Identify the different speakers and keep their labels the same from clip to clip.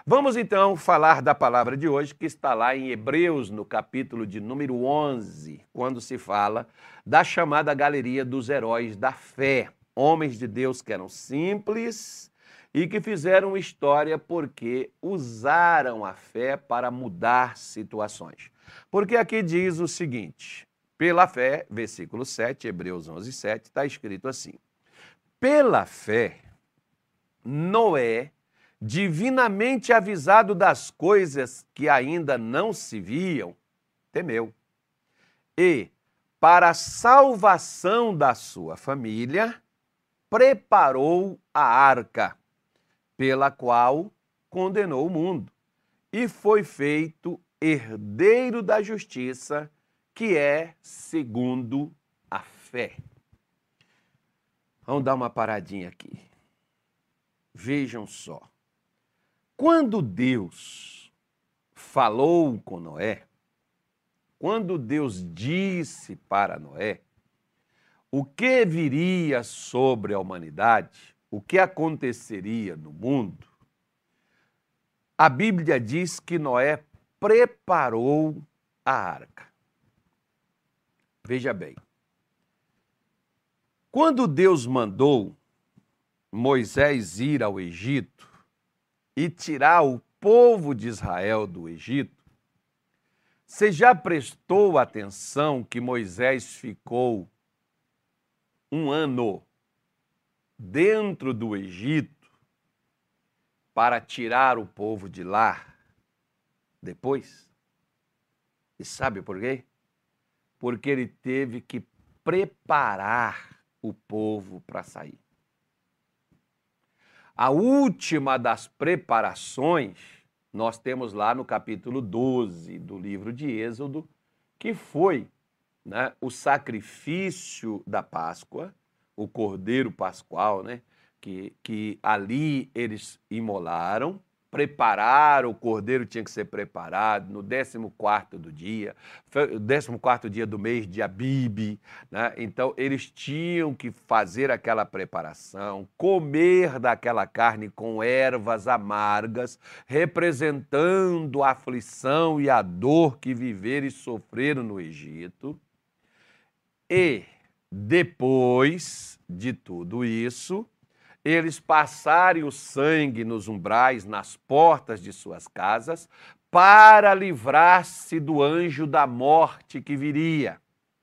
Speaker 1: Vamos então falar da palavra de hoje, que está lá em Hebreus, no capítulo de número 11, quando se fala da chamada galeria dos heróis da fé. Homens de Deus que eram simples e que fizeram história porque usaram a fé para mudar situações. Porque aqui diz o seguinte, pela fé, versículo 7, Hebreus 11, 7, está escrito assim: pela fé, Noé, divinamente avisado das coisas que ainda não se viam, temeu. E, para a salvação da sua família, preparou a arca, pela qual condenou o mundo, e foi feito herdeiro da justiça, que é segundo a fé. Vamos dar uma paradinha aqui. Vejam só. Quando Deus falou com Noé, quando Deus disse para Noé o que viria sobre a humanidade, o que aconteceria no mundo, a Bíblia diz que Noé preparou a arca. Veja bem, quando Deus mandou Moisés ir ao Egito e tirar o povo de Israel do Egito, você já prestou atenção que Moisés ficou um ano dentro do Egito para tirar o povo de lá depois? E sabe por quê? Porque ele teve que preparar o povo para sair. A última das preparações nós temos lá no capítulo 12 do livro de Êxodo, que foi, o sacrifício da Páscoa, o cordeiro pascual, que ali eles imolaram, prepararam, o cordeiro tinha que ser preparado no 14º do dia, 14º dia do mês de Abib, Então eles tinham que fazer aquela preparação, comer daquela carne com ervas amargas, representando a aflição e a dor que viveram e sofreram no Egito. E depois de tudo isso, eles passarem o sangue nos umbrais, nas portas de suas casas, para livrar-se do anjo da morte que viria.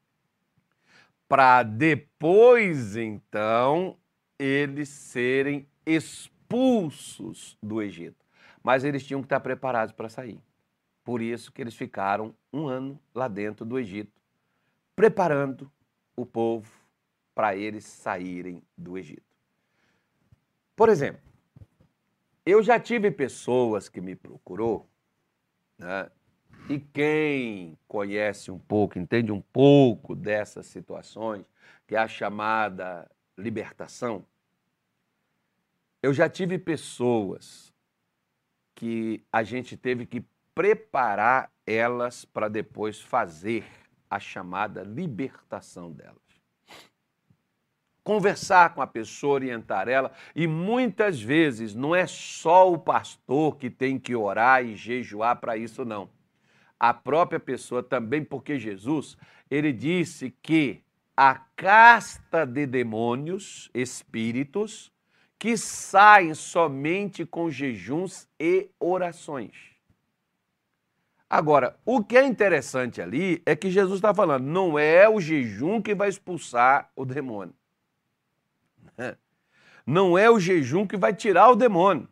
Speaker 1: Para depois, então, eles serem expulsos do Egito. Mas eles tinham que estar preparados para sair. Por isso que eles ficaram um ano lá dentro do Egito, preparando o povo para eles saírem do Egito. Por exemplo, eu já tive pessoas que me procurou, e quem conhece um pouco, entende um pouco dessas situações, que é a chamada libertação, eu já tive pessoas que a gente teve que preparar elas para depois fazer a chamada libertação delas. Conversar com a pessoa, orientar ela, e muitas vezes não é só o pastor que tem que orar e jejuar para isso, não. A própria pessoa também, porque Jesus, ele disse que a casta de demônios, espíritos, que saem somente com jejuns e orações. Agora, o que é interessante ali é que Jesus está falando, não é o jejum que vai expulsar o demônio. Não é o jejum que vai tirar o demônio,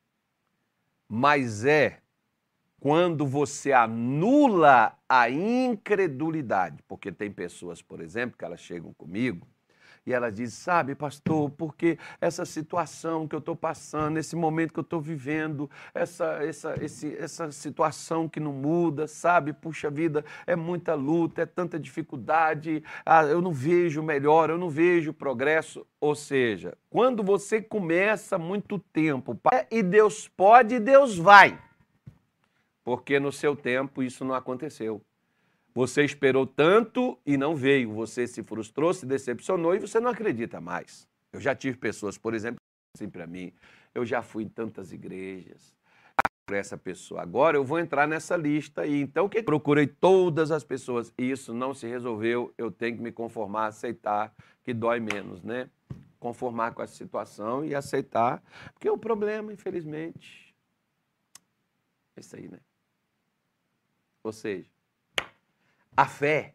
Speaker 1: mas é quando você anula a incredulidade. Porque tem pessoas, por exemplo, que elas chegam comigo e elas dizem, sabe, pastor, porque essa situação que eu estou passando, esse momento que eu estou vivendo, essa situação que não muda, sabe, puxa vida, é muita luta, é tanta dificuldade, eu não vejo melhor, eu não vejo progresso. Ou seja, quando você começa muito tempo, e Deus pode e Deus vai, porque no seu tempo isso não aconteceu. Você esperou tanto e não veio. Você se frustrou, se decepcionou e você não acredita mais. Eu já tive pessoas, por exemplo, assim para mim, eu já fui em tantas igrejas, para essa pessoa. Agora eu vou entrar nessa lista e então que procurei todas as pessoas e isso não se resolveu, eu tenho que me conformar, aceitar que dói menos, né? Conformar com essa situação e aceitar, porque o problema, infelizmente, é isso aí, né? Ou seja, a fé,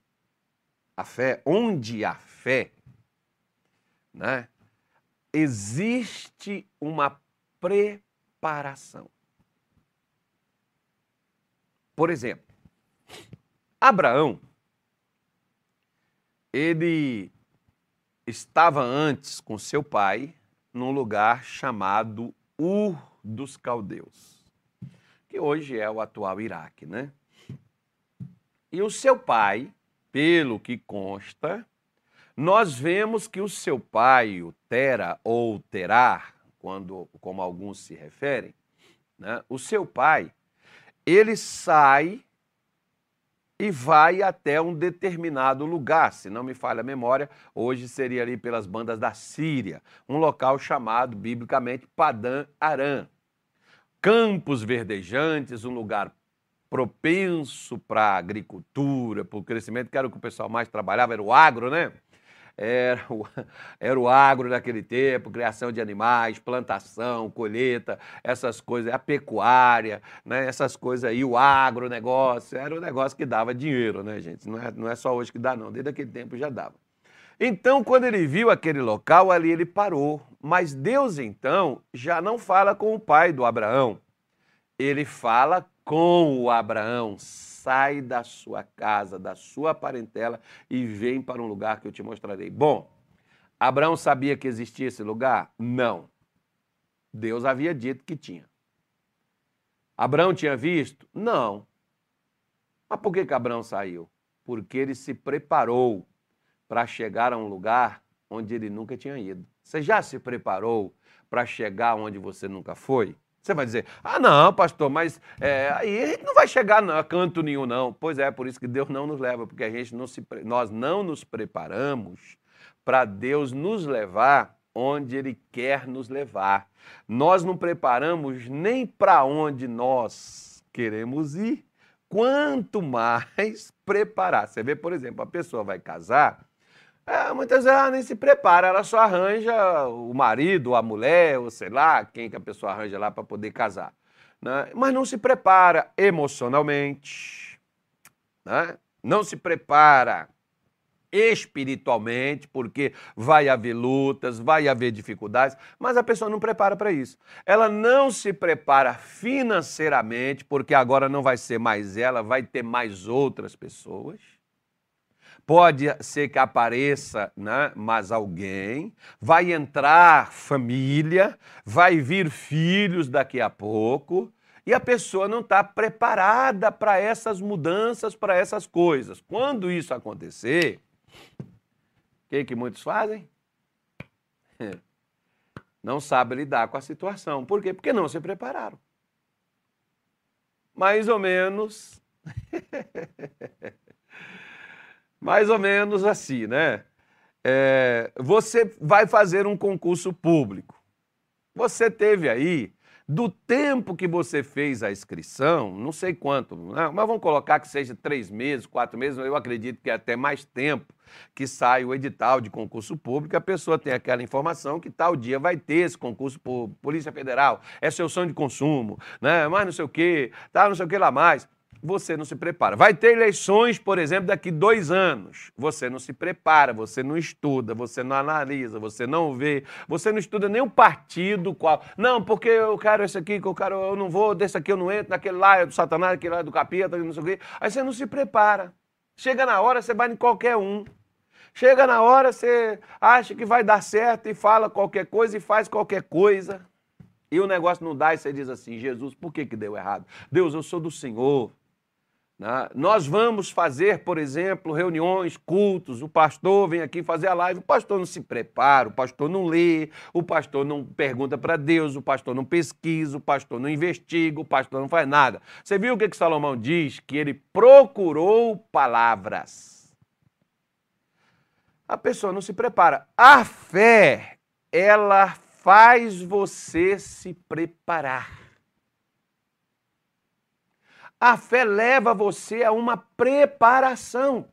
Speaker 1: onde há fé, né? Existe uma preparação. Por exemplo, Abraão, ele estava antes com seu pai num lugar chamado Ur dos Caldeus, que hoje é o atual Iraque, né? E o seu pai, pelo que consta, nós vemos que o seu pai, o Tera ou Terá, como alguns se referem, né? O seu pai, ele sai e vai até um determinado lugar, se não me falha a memória, hoje seria ali pelas bandas da Síria, um local chamado, biblicamente, Padã Arã. Campos verdejantes, um lugar propenso para a agricultura, para o crescimento, que era o que o pessoal mais trabalhava, era o agro, né? Era o agro daquele tempo, criação de animais, plantação, colheita, essas coisas, a pecuária, né? Essas coisas aí, o agronegócio, era um negócio que dava dinheiro, né, gente? Não é só hoje que dá, não, desde aquele tempo já dava. Então, quando ele viu aquele local, ali ele parou. Mas Deus, então, já não fala com o pai do Abraão, ele fala com o Abraão: sai da sua casa, da sua parentela e vem para um lugar que eu te mostrarei. Bom, Abraão sabia que existia esse lugar? Não. Deus havia dito que tinha. Abraão tinha visto? Não. Mas por que Abraão saiu? Porque ele se preparou para chegar a um lugar onde ele nunca tinha ido. Você já se preparou para chegar onde você nunca foi? Você vai dizer: ah, não, pastor, mas aí a gente não vai chegar a canto nenhum, não. Pois é, por isso que Deus não nos leva, porque nós não nos preparamos para Deus nos levar onde Ele quer nos levar. Nós não preparamos nem para onde nós queremos ir, quanto mais preparar. Você vê, por exemplo, a pessoa vai casar, muitas vezes ela nem se prepara, ela só arranja o marido, a mulher, ou sei lá, quem que a pessoa arranja lá para poder casar, né? Mas não se prepara emocionalmente, né? Não se prepara espiritualmente, porque vai haver lutas, vai haver dificuldades, mas a pessoa não prepara para isso. Ela não se prepara financeiramente, porque agora não vai ser mais ela, vai ter mais outras pessoas. Pode ser que apareça, né, mais alguém, vai entrar família, vai vir filhos daqui a pouco, e a pessoa não está preparada para essas mudanças, para essas coisas. Quando isso acontecer, o que muitos fazem? Não sabem lidar com a situação. Por quê? Porque não se prepararam. Mais ou menos... Mais ou menos assim, né? Você vai fazer um concurso público. Você teve aí, do tempo que você fez a inscrição, não sei quanto, né? Mas vamos colocar que seja 3 meses, 4 meses, eu acredito que é até mais tempo que sai o edital de concurso público, a pessoa tem aquela informação que tal dia vai ter esse concurso público, Polícia Federal, é seu sonho de consumo, né? Mas não sei o quê, tá, não sei o que lá mais. Você não se prepara. Vai ter eleições, por exemplo, daqui 2 anos. Você não se prepara, você não estuda, você não analisa, você não vê, você não estuda nem o partido qual. Não, porque eu quero esse aqui, que eu não vou, desse aqui eu não entro, naquele lá é do Satanás, aquele lá é do capeta, não sei o quê. Aí você não se prepara. Chega na hora, você vai em qualquer um. Chega na hora, você acha que vai dar certo e fala qualquer coisa e faz qualquer coisa. E o negócio não dá e você diz assim: Jesus, por que deu errado? Deus, eu sou do Senhor. Nós vamos fazer, por exemplo, reuniões, cultos, o pastor vem aqui fazer a live, o pastor não se prepara, o pastor não lê, o pastor não pergunta para Deus, o pastor não pesquisa, o pastor não investiga, o pastor não faz nada. Você viu o que Salomão diz? Que ele procurou palavras. A pessoa não se prepara. A fé, ela faz você se preparar. A fé leva você a uma preparação.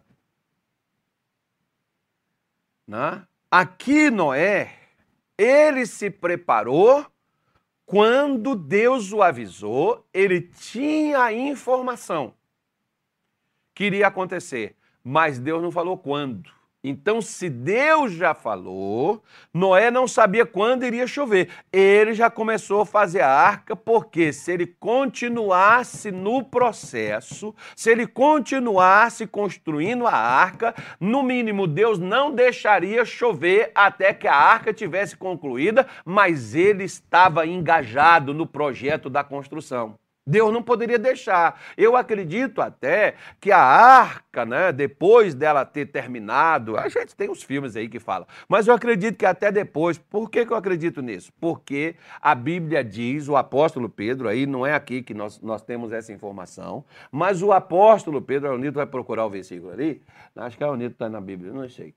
Speaker 1: Né? Aqui Noé, ele se preparou quando Deus o avisou, ele tinha a informação que iria acontecer, mas Deus não falou quando. Então, se Deus já falou, Noé não sabia quando iria chover. Ele já começou a fazer a arca, porque se ele continuasse no processo, se ele continuasse construindo a arca, no mínimo Deus não deixaria chover até que a arca tivesse concluída, mas ele estava engajado no projeto da construção. Deus não poderia deixar. Eu acredito até que a arca, né, depois dela ter terminado, a gente tem uns filmes aí que falam, mas eu acredito que até depois. Por que eu acredito nisso? Porque a Bíblia diz, o apóstolo Pedro, aí não é aqui que nós temos essa informação, mas o apóstolo Pedro, o Nito vai procurar o versículo ali, acho que o Nito está na Bíblia, não sei.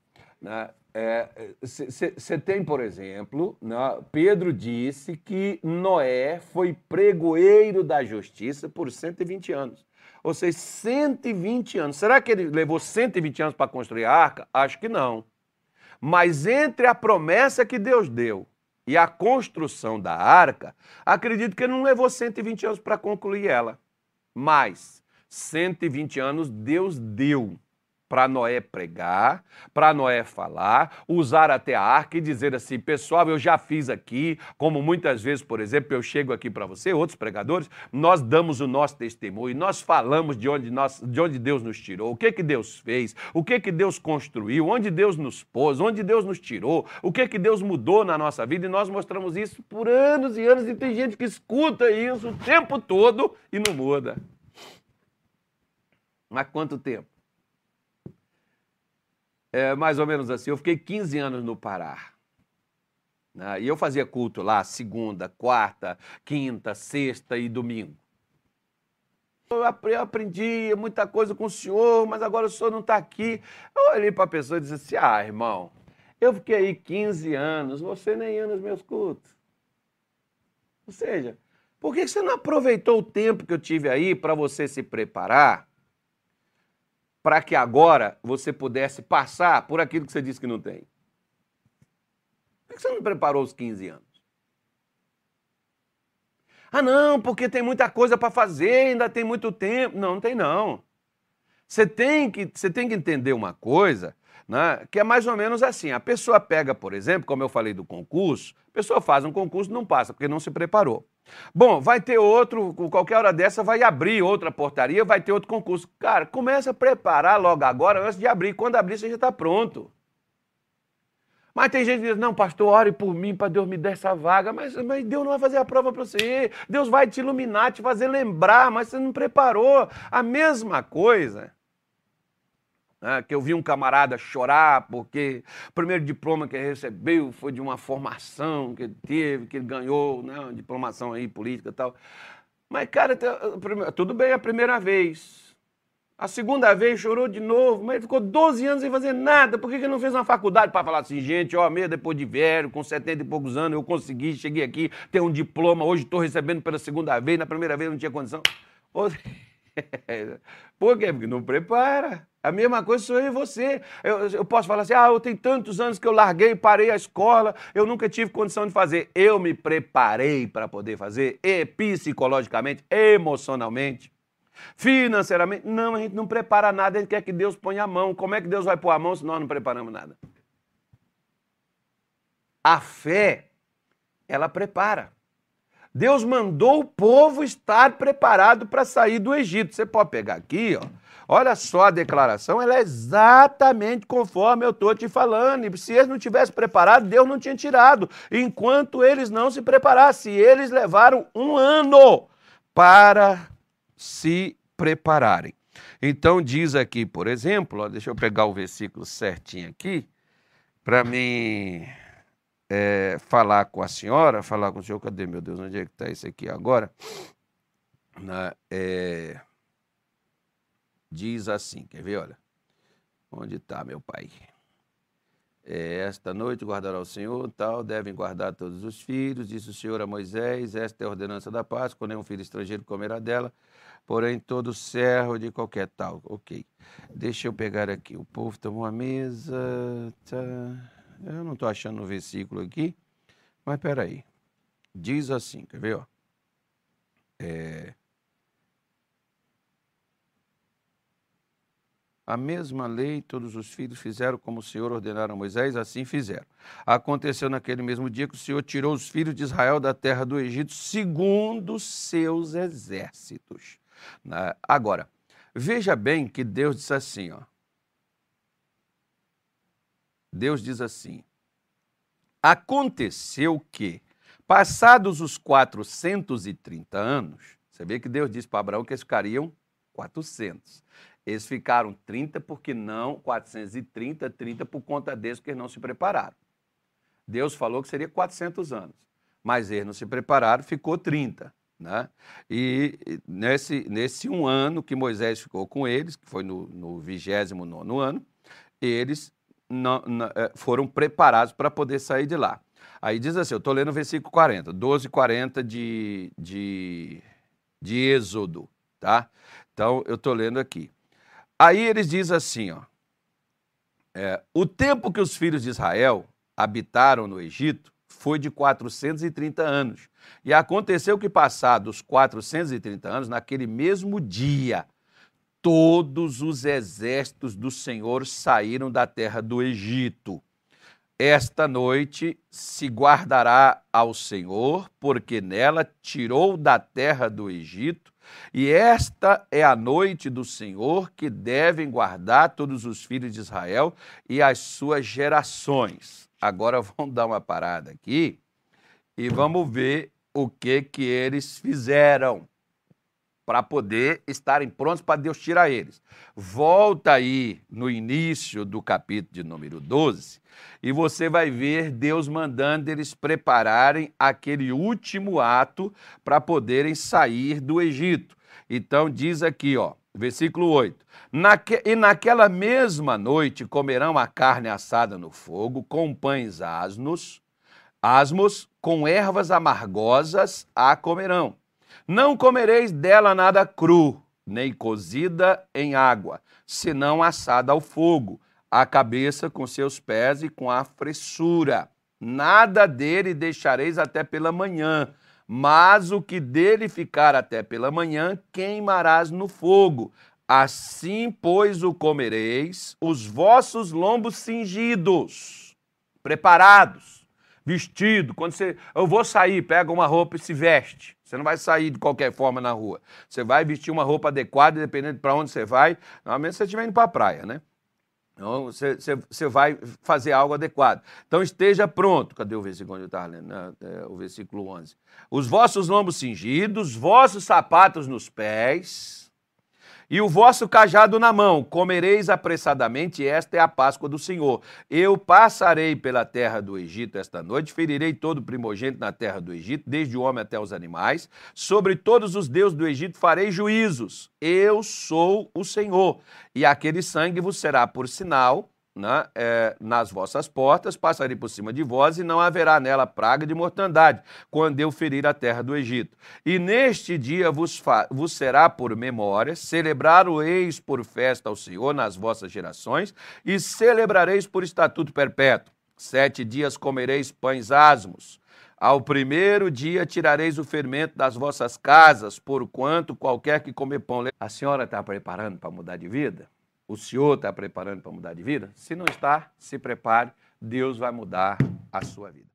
Speaker 1: Você tem, por exemplo, né, Pedro disse que Noé foi pregoeiro da justiça por 120 anos. Ou seja, 120 anos. Será que ele levou 120 anos para construir a arca? Acho que não. Mas entre a promessa que Deus deu e a construção da arca, acredito que ele não levou 120 anos para concluir ela. Mas 120 anos Deus deu para Noé pregar, para Noé falar, usar até a arca e dizer assim, pessoal, eu já fiz aqui, como muitas vezes, por exemplo, eu chego aqui para você, outros pregadores, nós damos o nosso testemunho, nós falamos de onde Deus nos tirou, o que Deus fez, o que Deus construiu, onde Deus nos pôs, onde Deus nos tirou, o que Deus mudou na nossa vida, e nós mostramos isso por anos e anos, e tem gente que escuta isso o tempo todo e não muda. Mas quanto tempo? Mais ou menos assim, eu fiquei 15 anos no Pará. Né? E eu fazia culto lá segunda, quarta, quinta, sexta e domingo. Eu aprendi muita coisa com o senhor, mas agora o senhor não está aqui. Eu olhei para a pessoa e disse assim, irmão, eu fiquei aí 15 anos, você nem ia nos meus cultos. Ou seja, por que você não aproveitou o tempo que eu tive aí para você se preparar, para que agora você pudesse passar por aquilo que você disse que não tem? Por que você não preparou os 15 anos? Não, porque tem muita coisa para fazer, ainda tem muito tempo. Não, não tem não. Você tem que entender uma coisa, né, que é mais ou menos assim. A pessoa pega, por exemplo, como eu falei do concurso, a pessoa faz um concurso e não passa, porque não se preparou. Bom, vai ter outro, qualquer hora dessa vai abrir outra portaria, vai ter outro concurso. Cara, começa a preparar logo agora, antes de abrir. Quando abrir, você já está pronto. Mas tem gente que diz, não, pastor, ore por mim para Deus me dar essa vaga. Mas Deus não vai fazer a prova para você. Deus vai te iluminar, te fazer lembrar, mas você não preparou. A mesma coisa, né, que eu vi um camarada chorar porque o primeiro diploma que ele recebeu foi de uma formação que ele teve, que ele ganhou, né, uma diplomação aí política e tal. Mas, cara, tudo bem a primeira vez. A segunda vez chorou de novo, mas ele ficou 12 anos sem fazer nada. Por que ele não fez uma faculdade para falar assim, gente, mesmo depois de velho, com 70 e poucos anos, eu consegui, cheguei aqui, tenho um diploma, hoje estou recebendo pela segunda vez, na primeira vez não tinha condição. Por quê? Porque não prepara. A mesma coisa sou eu e você. Eu posso falar assim, eu tenho tantos anos que eu larguei, parei a escola, eu nunca tive condição de fazer. Eu me preparei para poder fazer, psicologicamente, emocionalmente. Financeiramente, não, a gente não prepara nada, a gente quer que Deus ponha a mão. Como é que Deus vai pôr a mão se nós não preparamos nada? A fé, ela prepara. Deus mandou o povo estar preparado para sair do Egito. Você pode pegar aqui, olha só a declaração, ela é exatamente conforme eu estou te falando. E se eles não tivessem preparado, Deus não tinha tirado. Enquanto eles não se preparassem, eles levaram 1 ano para se prepararem. Então diz aqui, por exemplo, deixa eu pegar o versículo certinho aqui, para mim falar com a senhora, falar com o senhor, cadê, meu Deus, onde é que está isso aqui agora? Diz assim, quer ver, olha, onde está, meu pai? Esta noite guardará o Senhor, tal, devem guardar todos os filhos, disse o Senhor a Moisés, esta é a ordenança da Páscoa, nenhum filho estrangeiro comerá dela, porém todo servo de qualquer tal. Ok, deixa eu pegar aqui, o povo tomou a mesa, tá. Eu não estou achando o versículo aqui, mas peraí, diz assim, quer ver, ó? A mesma lei, todos os filhos fizeram como o Senhor ordenara a Moisés, assim fizeram. Aconteceu naquele mesmo dia que o Senhor tirou os filhos de Israel da terra do Egito, segundo seus exércitos. Agora, veja bem que Deus diz assim, ó. Deus diz assim, aconteceu que, passados os 430 anos, você vê que Deus disse para Abraão que eles ficariam 400. Eles ficaram 30 porque não, 430, 30 por conta deles que eles não se prepararam. Deus falou que seria 400 anos, mas eles não se prepararam, ficou 30. Né? E nesse um ano que Moisés ficou com eles, que foi no 29º ano, eles foram preparados para poder sair de lá. Aí diz assim, eu estou lendo o versículo 40, 12:40 de Êxodo, tá? Então, eu estou lendo aqui. Aí eles dizem assim, ó, o tempo que os filhos de Israel habitaram no Egito foi de 430 anos. E aconteceu que, passados 430 anos, naquele mesmo dia, todos os exércitos do Senhor saíram da terra do Egito. Esta noite se guardará ao Senhor, porque nela tirou da terra do Egito, e esta é a noite do Senhor que devem guardar todos os filhos de Israel e as suas gerações. Agora vamos dar uma parada aqui e vamos ver o que eles fizeram para poder estarem prontos para Deus tirar eles. Volta aí no início do capítulo de número 12 e você vai ver Deus mandando eles prepararem aquele último ato para poderem sair do Egito. Então diz aqui, ó, versículo 8. E naquela mesma noite comerão a carne assada no fogo, com pães asmos, com ervas amargosas a comerão. Não comereis dela nada cru, nem cozida em água, senão assada ao fogo, a cabeça com seus pés e com a fressura. Nada dele deixareis até pela manhã, mas o que dele ficar até pela manhã queimarás no fogo. Assim, pois, o comereis, os vossos lombos cingidos, preparados, vestido. Quando eu vou sair, pega uma roupa e se veste. Você não vai sair de qualquer forma na rua. Você vai vestir uma roupa adequada, dependendo de para onde você vai. Normalmente você estiver indo para a praia, né? Então, você vai fazer algo adequado. Então, esteja pronto. Cadê o versículo onde eu estava lendo? O versículo 11. Os vossos lombos cingidos, vossos sapatos nos pés e o vosso cajado na mão, comereis apressadamente, esta é a Páscoa do Senhor. Eu passarei pela terra do Egito esta noite, ferirei todo primogênito na terra do Egito, desde o homem até os animais. Sobre todos os deuses do Egito farei juízos. Eu sou o Senhor. E aquele sangue vos será por sinal, né, nas vossas portas, passarei por cima de vós e não haverá nela praga de mortandade, quando eu ferir a terra do Egito. E neste dia vos será por memória, celebrar-o-eis por festa ao Senhor nas vossas gerações e celebrareis por estatuto perpétuo. 7 dias comereis pães asmos. Ao primeiro dia tirareis o fermento das vossas casas, porquanto qualquer que comer pão... A senhora está preparando para mudar de vida? O senhor está preparando para mudar de vida? Se não está, se prepare, Deus vai mudar a sua vida.